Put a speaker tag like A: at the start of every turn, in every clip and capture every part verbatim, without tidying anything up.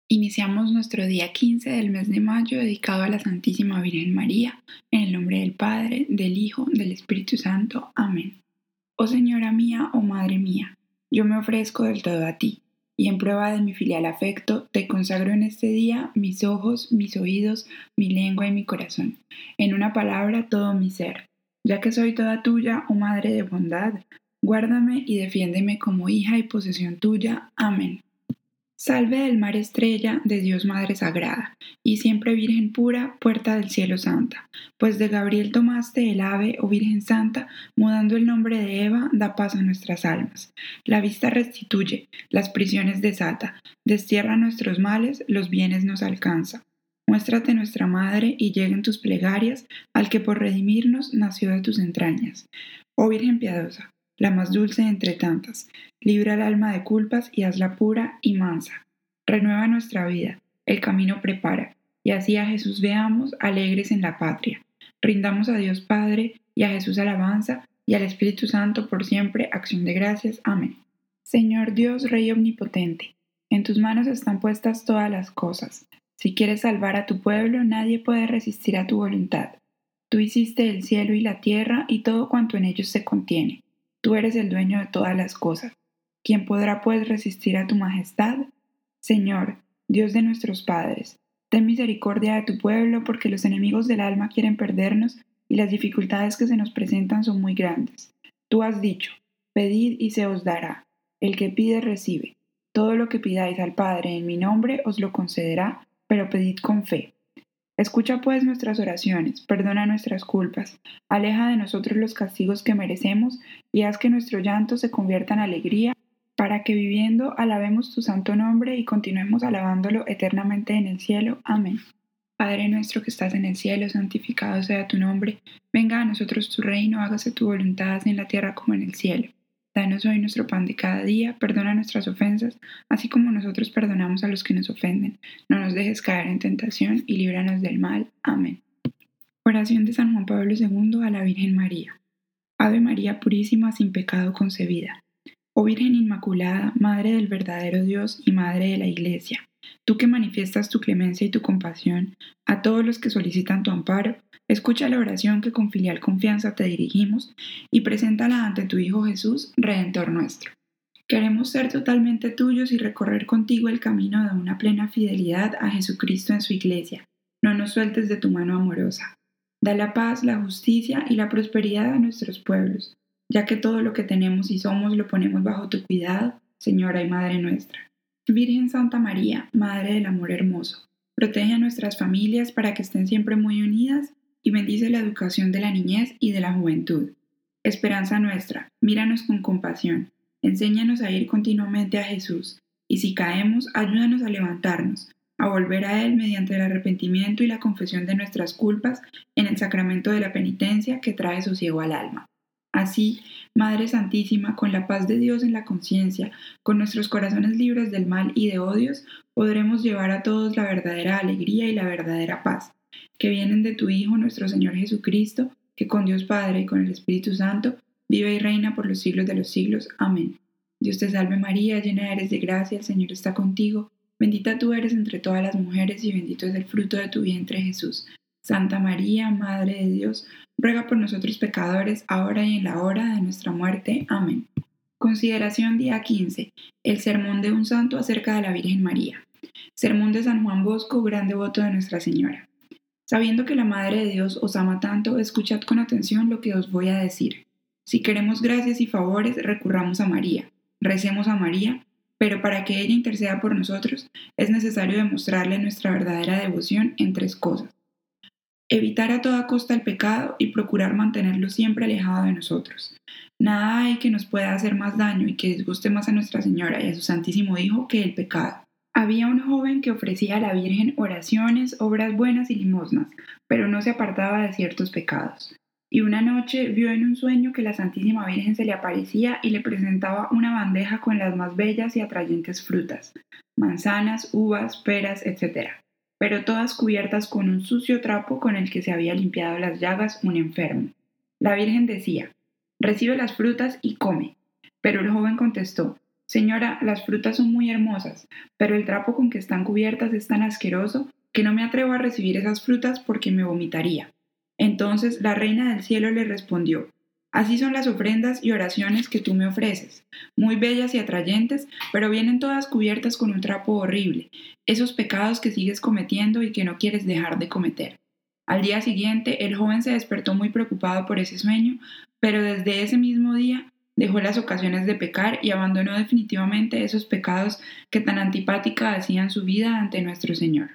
A: Iniciamos nuestro día quince del mes de mayo dedicado a la Santísima Virgen María, en el nombre del Padre, del Hijo, del Espíritu Santo. Amén. Oh Señora mía, oh Madre mía, yo me ofrezco del todo a ti, y en prueba de mi filial afecto, te consagro en este día mis ojos, mis oídos, mi lengua y mi corazón, en una palabra todo mi ser, ya que soy toda tuya, oh Madre de bondad, guárdame y defiéndeme como hija y posesión tuya. Amén. Salve del mar estrella, de Dios Madre Sagrada, y siempre Virgen pura, puerta del cielo santa, pues de Gabriel tomaste el ave, oh Virgen Santa, mudando el nombre de Eva, da paz a nuestras almas. La vista restituye, las prisiones desata, destierra nuestros males, los bienes nos alcanza. Muéstrate nuestra Madre y lleguen tus plegarias al que por redimirnos nació de tus entrañas. Oh Virgen piadosa, la más dulce entre tantas, libra el alma de culpas y hazla pura y mansa. Renueva nuestra vida, el camino prepara, y así a Jesús veamos alegres en la patria. Rindamos a Dios Padre y a Jesús alabanza, y al Espíritu Santo por siempre acción de gracias. Amén. Señor Dios, Rey omnipotente, en tus manos están puestas todas las cosas. Si quieres salvar a tu pueblo, nadie puede resistir a tu voluntad. Tú hiciste el cielo y la tierra y todo cuanto en ellos se contiene. Tú eres el dueño de todas las cosas. ¿Quién podrá pues resistir a tu majestad? Señor, Dios de nuestros padres, ten misericordia de tu pueblo, porque los enemigos del alma quieren perdernos y las dificultades que se nos presentan son muy grandes. Tú has dicho, pedid y se os dará. El que pide recibe. Todo lo que pidáis al Padre en mi nombre os lo concederá, pero pedid con fe. Escucha pues nuestras oraciones, perdona nuestras culpas, aleja de nosotros los castigos que merecemos y haz que nuestro llanto se convierta en alegría, para que viviendo alabemos tu santo nombre y continuemos alabándolo eternamente en el cielo. Amén. Padre nuestro que estás en el cielo, santificado sea tu nombre, venga a nosotros tu reino, hágase tu voluntad en la tierra como en el cielo. Danos hoy nuestro pan de cada día, perdona nuestras ofensas, así como nosotros perdonamos a los que nos ofenden. No nos dejes caer en tentación y líbranos del mal. Amén. Oración de San Juan Pablo segundo a la Virgen María. Ave María purísima, sin pecado concebida. Oh Virgen Inmaculada, Madre del verdadero Dios y Madre de la Iglesia, tú que manifiestas tu clemencia y tu compasión a todos los que solicitan tu amparo, escucha la oración que con filial confianza te dirigimos y preséntala ante tu Hijo Jesús, Redentor nuestro. Queremos ser totalmente tuyos y recorrer contigo el camino de una plena fidelidad a Jesucristo en su Iglesia. No nos sueltes de tu mano amorosa. Da la paz, la justicia y la prosperidad a nuestros pueblos, ya que todo lo que tenemos y somos lo ponemos bajo tu cuidado, Señora y Madre nuestra. Virgen Santa María, Madre del Amor Hermoso, protege a nuestras familias para que estén siempre muy unidas y bendice la educación de la niñez y de la juventud. Esperanza nuestra, míranos con compasión, enséñanos a ir continuamente a Jesús, y si caemos, ayúdanos a levantarnos, a volver a Él mediante el arrepentimiento y la confesión de nuestras culpas en el sacramento de la penitencia que trae sosiego al alma. Así, Madre Santísima, con la paz de Dios en la conciencia, con nuestros corazones libres del mal y de odios, podremos llevar a todos la verdadera alegría y la verdadera paz, que vienen de tu Hijo nuestro Señor Jesucristo, que con Dios Padre y con el Espíritu Santo vive y reina por los siglos de los siglos. Amén. Dios te salve María, llena eres de gracia, el Señor está contigo, bendita tú eres entre todas las mujeres y bendito es el fruto de tu vientre Jesús. Santa María, Madre de Dios, ruega por nosotros pecadores, ahora y en la hora de nuestra muerte. Amén. Consideración día quince. El sermón de un santo acerca de la Virgen María. Sermón de San Juan Bosco, gran devoto de Nuestra Señora. Sabiendo que la Madre de Dios os ama tanto, escuchad con atención lo que os voy a decir. Si queremos gracias y favores, recurramos a María. Recemos a María, pero para que ella interceda por nosotros, es necesario demostrarle nuestra verdadera devoción en tres cosas. Evitar a toda costa el pecado y procurar mantenerlo siempre alejado de nosotros. Nada hay que nos pueda hacer más daño y que disguste más a Nuestra Señora y a su Santísimo Hijo que el pecado. Había un joven que ofrecía a la Virgen oraciones, obras buenas y limosnas, pero no se apartaba de ciertos pecados. Y una noche vio en un sueño que la Santísima Virgen se le aparecía y le presentaba una bandeja con las más bellas y atrayentes frutas, manzanas, uvas, peras, etcétera, pero todas cubiertas con un sucio trapo con el que se había limpiado las llagas un enfermo. La Virgen decía, recibe las frutas y come. Pero el joven contestó, Señora, las frutas son muy hermosas, pero el trapo con que están cubiertas es tan asqueroso que no me atrevo a recibir esas frutas porque me vomitaría. Entonces la reina del cielo le respondió: Así son las ofrendas y oraciones que tú me ofreces, muy bellas y atrayentes, pero vienen todas cubiertas con un trapo horrible, esos pecados que sigues cometiendo y que no quieres dejar de cometer. Al día siguiente, el joven se despertó muy preocupado por ese sueño, pero desde ese mismo día dejó las ocasiones de pecar y abandonó definitivamente esos pecados que tan antipática hacían su vida ante nuestro Señor.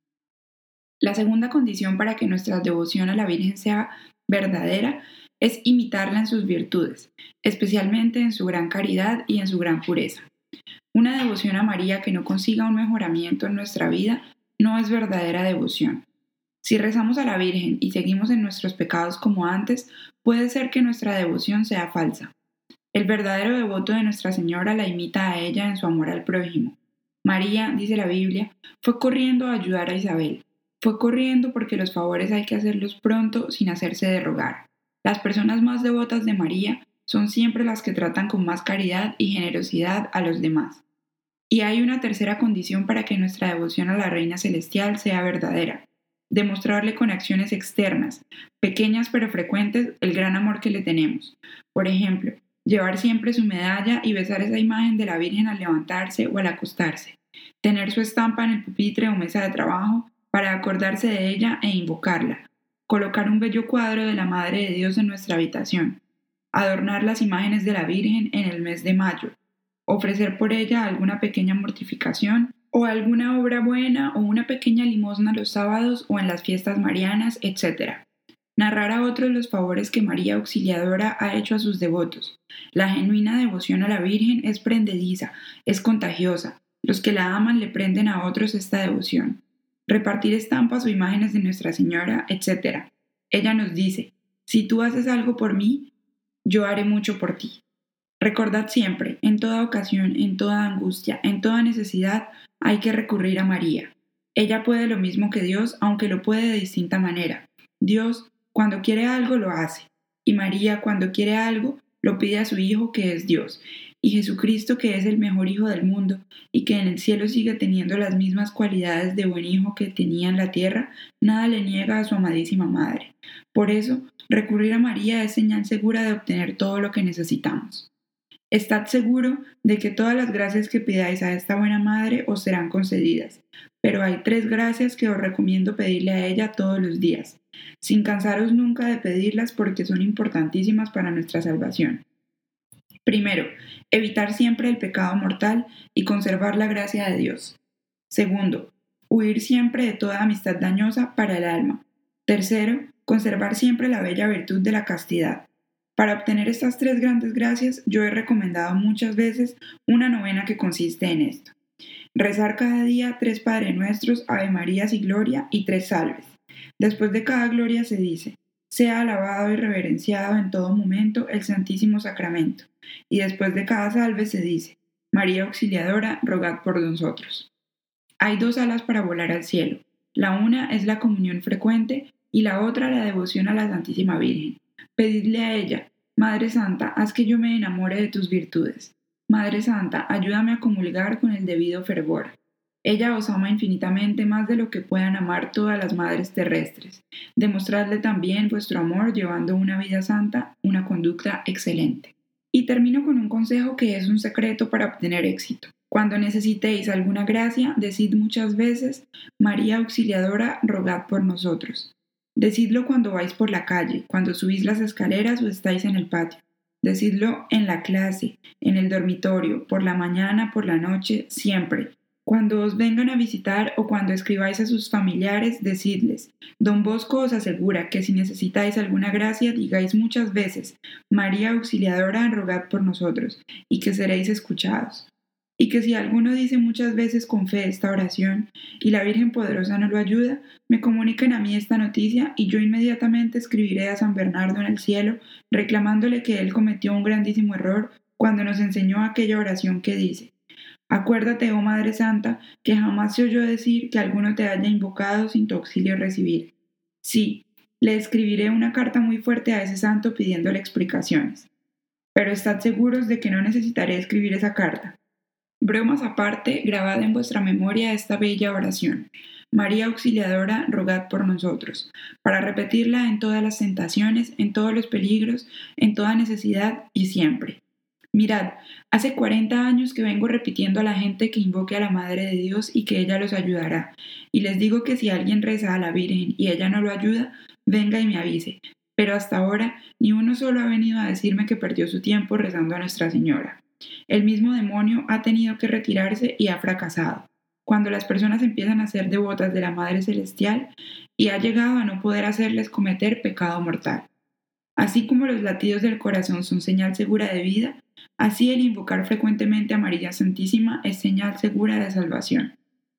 A: La segunda condición para que nuestra devoción a la Virgen sea verdadera es imitarla en sus virtudes, especialmente en su gran caridad y en su gran pureza. Una devoción a María que no consiga un mejoramiento en nuestra vida no es verdadera devoción. Si rezamos a la Virgen y seguimos en nuestros pecados como antes, puede ser que nuestra devoción sea falsa. El verdadero devoto de Nuestra Señora la imita a ella en su amor al prójimo. María, dice la Biblia, fue corriendo a ayudar a Isabel. Fue corriendo porque los favores hay que hacerlos pronto sin hacerse de rogar. Las personas más devotas de María son siempre las que tratan con más caridad y generosidad a los demás. Y hay una tercera condición para que nuestra devoción a la Reina Celestial sea verdadera: demostrarle con acciones externas, pequeñas pero frecuentes, el gran amor que le tenemos. Por ejemplo, llevar siempre su medalla y besar esa imagen de la Virgen al levantarse o al acostarse, tener su estampa en el pupitre o mesa de trabajo para acordarse de ella e invocarla, colocar un bello cuadro de la Madre de Dios en nuestra habitación, adornar las imágenes de la Virgen en el mes de mayo, ofrecer por ella alguna pequeña mortificación o alguna obra buena o una pequeña limosna los sábados o en las fiestas marianas, etcétera. Narrar a otros los favores que María Auxiliadora ha hecho a sus devotos. La genuina devoción a la Virgen es prendediza, es contagiosa. Los que la aman le prenden a otros esta devoción. Repartir estampas o imágenes de Nuestra Señora, etcétera. Ella nos dice: si tú haces algo por mí, yo haré mucho por ti. Recordad siempre, en toda ocasión, en toda angustia, en toda necesidad, hay que recurrir a María. Ella puede lo mismo que Dios, aunque lo puede de distinta manera. Dios, cuando quiere algo, lo hace. Y María, cuando quiere algo, lo pide a su Hijo, que es Dios. Y Jesucristo, que es el mejor Hijo del mundo, y que en el cielo sigue teniendo las mismas cualidades de buen Hijo que tenía en la tierra, nada le niega a su amadísima Madre. Por eso, recurrir a María es señal segura de obtener todo lo que necesitamos. Estad seguro de que todas las gracias que pidáis a esta buena Madre os serán concedidas, pero hay tres gracias que os recomiendo pedirle a ella todos los días, sin cansaros nunca de pedirlas porque son importantísimas para nuestra salvación. Primero, evitar siempre el pecado mortal y conservar la gracia de Dios. Segundo, huir siempre de toda amistad dañosa para el alma. Tercero, conservar siempre la bella virtud de la castidad. Para obtener estas tres grandes gracias, yo he recomendado muchas veces una novena que consiste en esto: rezar cada día tres Padre Nuestros, Ave Marías y Gloria y tres salves. Después de cada gloria se dice: sea alabado y reverenciado en todo momento el Santísimo Sacramento. Y después de cada salve se dice: María Auxiliadora, rogad por nosotros. Hay dos alas para volar al cielo. La una es la comunión frecuente y la otra la devoción a la Santísima Virgen. Pedidle a ella: Madre Santa, haz que yo me enamore de tus virtudes. Madre Santa, ayúdame a comulgar con el debido fervor. Ella os ama infinitamente más de lo que puedan amar todas las madres terrestres. Demostradle también vuestro amor llevando una vida santa, una conducta excelente. Y termino con un consejo que es un secreto para obtener éxito. Cuando necesitéis alguna gracia, decid muchas veces: María Auxiliadora, rogad por nosotros. Decidlo cuando vais por la calle, cuando subís las escaleras o estáis en el patio. Decidlo en la clase, en el dormitorio, por la mañana, por la noche, siempre. Cuando os vengan a visitar o cuando escribáis a sus familiares, decidles: Don Bosco os asegura que si necesitáis alguna gracia, digáis muchas veces: María Auxiliadora, rogad por nosotros, y que seréis escuchados. Y que si alguno dice muchas veces con fe esta oración y la Virgen Poderosa no lo ayuda, me comuniquen a mí esta noticia y yo inmediatamente escribiré a San Bernardo en el cielo reclamándole que él cometió un grandísimo error cuando nos enseñó aquella oración que dice: Acuérdate, oh Madre Santa, que jamás se oyó decir que alguno te haya invocado sin tu auxilio recibir. Sí, le escribiré una carta muy fuerte a ese santo pidiéndole explicaciones. Pero estad seguros de que no necesitaré escribir esa carta. Bromas aparte, grabad en vuestra memoria esta bella oración. María Auxiliadora, rogad por nosotros, para repetirla en todas las tentaciones, en todos los peligros, en toda necesidad y siempre. Mirad, hace cuarenta años que vengo repitiendo a la gente que invoque a la Madre de Dios y que ella los ayudará. Y les digo que si alguien reza a la Virgen y ella no lo ayuda, venga y me avise. Pero hasta ahora ni uno solo ha venido a decirme que perdió su tiempo rezando a Nuestra Señora. El mismo demonio ha tenido que retirarse y ha fracasado. Cuando las personas empiezan a ser devotas de la Madre Celestial y ha llegado a no poder hacerles cometer pecado mortal. Así como los latidos del corazón son señal segura de vida, así el invocar frecuentemente a María Santísima es señal segura de salvación.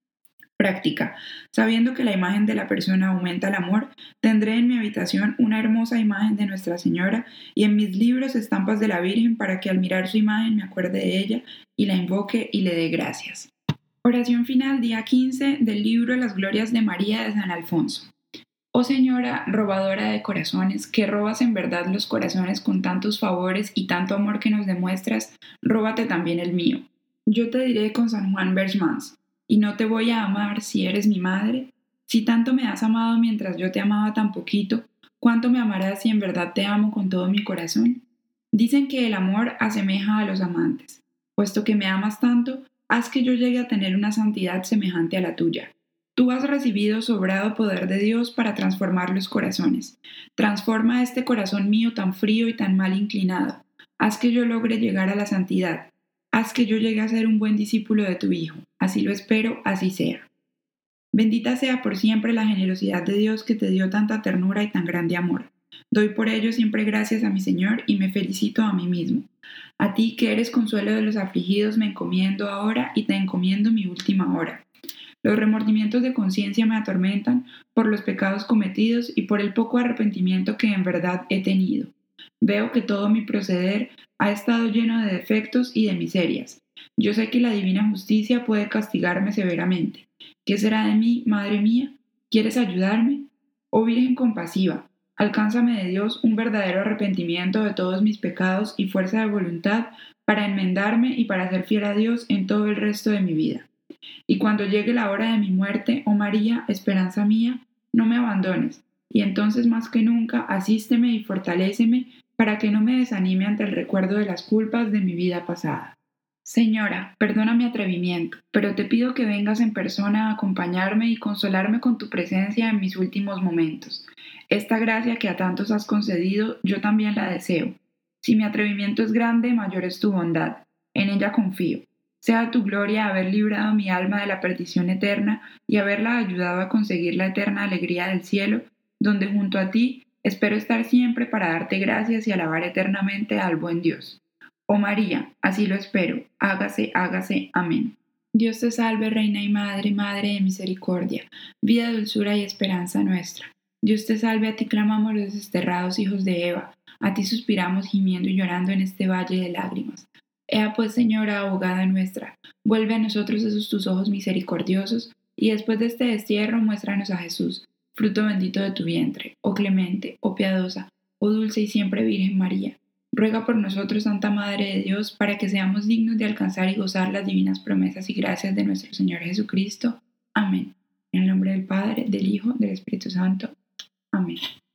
A: Práctica. Sabiendo que la imagen de la persona aumenta el amor, tendré en mi habitación una hermosa imagen de Nuestra Señora y en mis libros estampas de la Virgen para que al mirar su imagen me acuerde de ella y la invoque y le dé gracias. Oración final, día quince del libro Las Glorias de María de San Alfonso. Oh Señora, robadora de corazones, que robas en verdad los corazones con tantos favores y tanto amor que nos demuestras, róbate también el mío. Yo te diré con San Juan Berchmans, ¿y no te voy a amar si eres mi madre? Si tanto me has amado mientras yo te amaba tan poquito, ¿cuánto me amarás si en verdad te amo con todo mi corazón? Dicen que el amor asemeja a los amantes. Puesto que me amas tanto, haz que yo llegue a tener una santidad semejante a la tuya. Tú has recibido sobrado poder de Dios para transformar los corazones. Transforma este corazón mío tan frío y tan mal inclinado. Haz que yo logre llegar a la santidad. Haz que yo llegue a ser un buen discípulo de tu Hijo. Así lo espero, así sea. Bendita sea por siempre la generosidad de Dios que te dio tanta ternura y tan grande amor. Doy por ello siempre gracias a mi Señor y me felicito a mí mismo. A ti que eres consuelo de los afligidos me encomiendo ahora y te encomiendo mi última hora. Los remordimientos de conciencia me atormentan por los pecados cometidos y por el poco arrepentimiento que en verdad he tenido. Veo que todo mi proceder ha estado lleno de defectos y de miserias. Yo sé que la divina justicia puede castigarme severamente. ¿Qué será de mí, Madre mía? ¿Quieres ayudarme? Oh Virgen compasiva, alcánzame de Dios un verdadero arrepentimiento de todos mis pecados y fuerza de voluntad para enmendarme y para ser fiel a Dios en todo el resto de mi vida. Y cuando llegue la hora de mi muerte, oh María, esperanza mía, no me abandones, y entonces más que nunca asísteme y fortaléceme para que no me desanime ante el recuerdo de las culpas de mi vida pasada. Señora, perdona mi atrevimiento, pero te pido que vengas en persona a acompañarme y consolarme con tu presencia en mis últimos momentos. Esta gracia que a tantos has concedido, yo también la deseo. Si mi atrevimiento es grande, mayor es tu bondad. En ella confío. Sea tu gloria haber librado mi alma de la perdición eterna y haberla ayudado a conseguir la eterna alegría del cielo, donde junto a ti espero estar siempre para darte gracias y alabar eternamente al buen Dios. Oh María, así lo espero, hágase, hágase, amén. Dios te salve, Reina y Madre, Madre de misericordia, vida, dulzura y esperanza nuestra. Dios te salve, a ti clamamos los desterrados hijos de Eva, a ti suspiramos gimiendo y llorando en este valle de lágrimas. Ea pues, Señora, abogada nuestra, vuelve a nosotros esos tus ojos misericordiosos, y después de este destierro muéstranos a Jesús, fruto bendito de tu vientre, oh clemente, oh piadosa, oh dulce y siempre Virgen María. Ruega por nosotros, Santa Madre de Dios, para que seamos dignos de alcanzar y gozar las divinas promesas y gracias de nuestro Señor Jesucristo. Amén. En el nombre del Padre, del Hijo, del Espíritu Santo. Amén.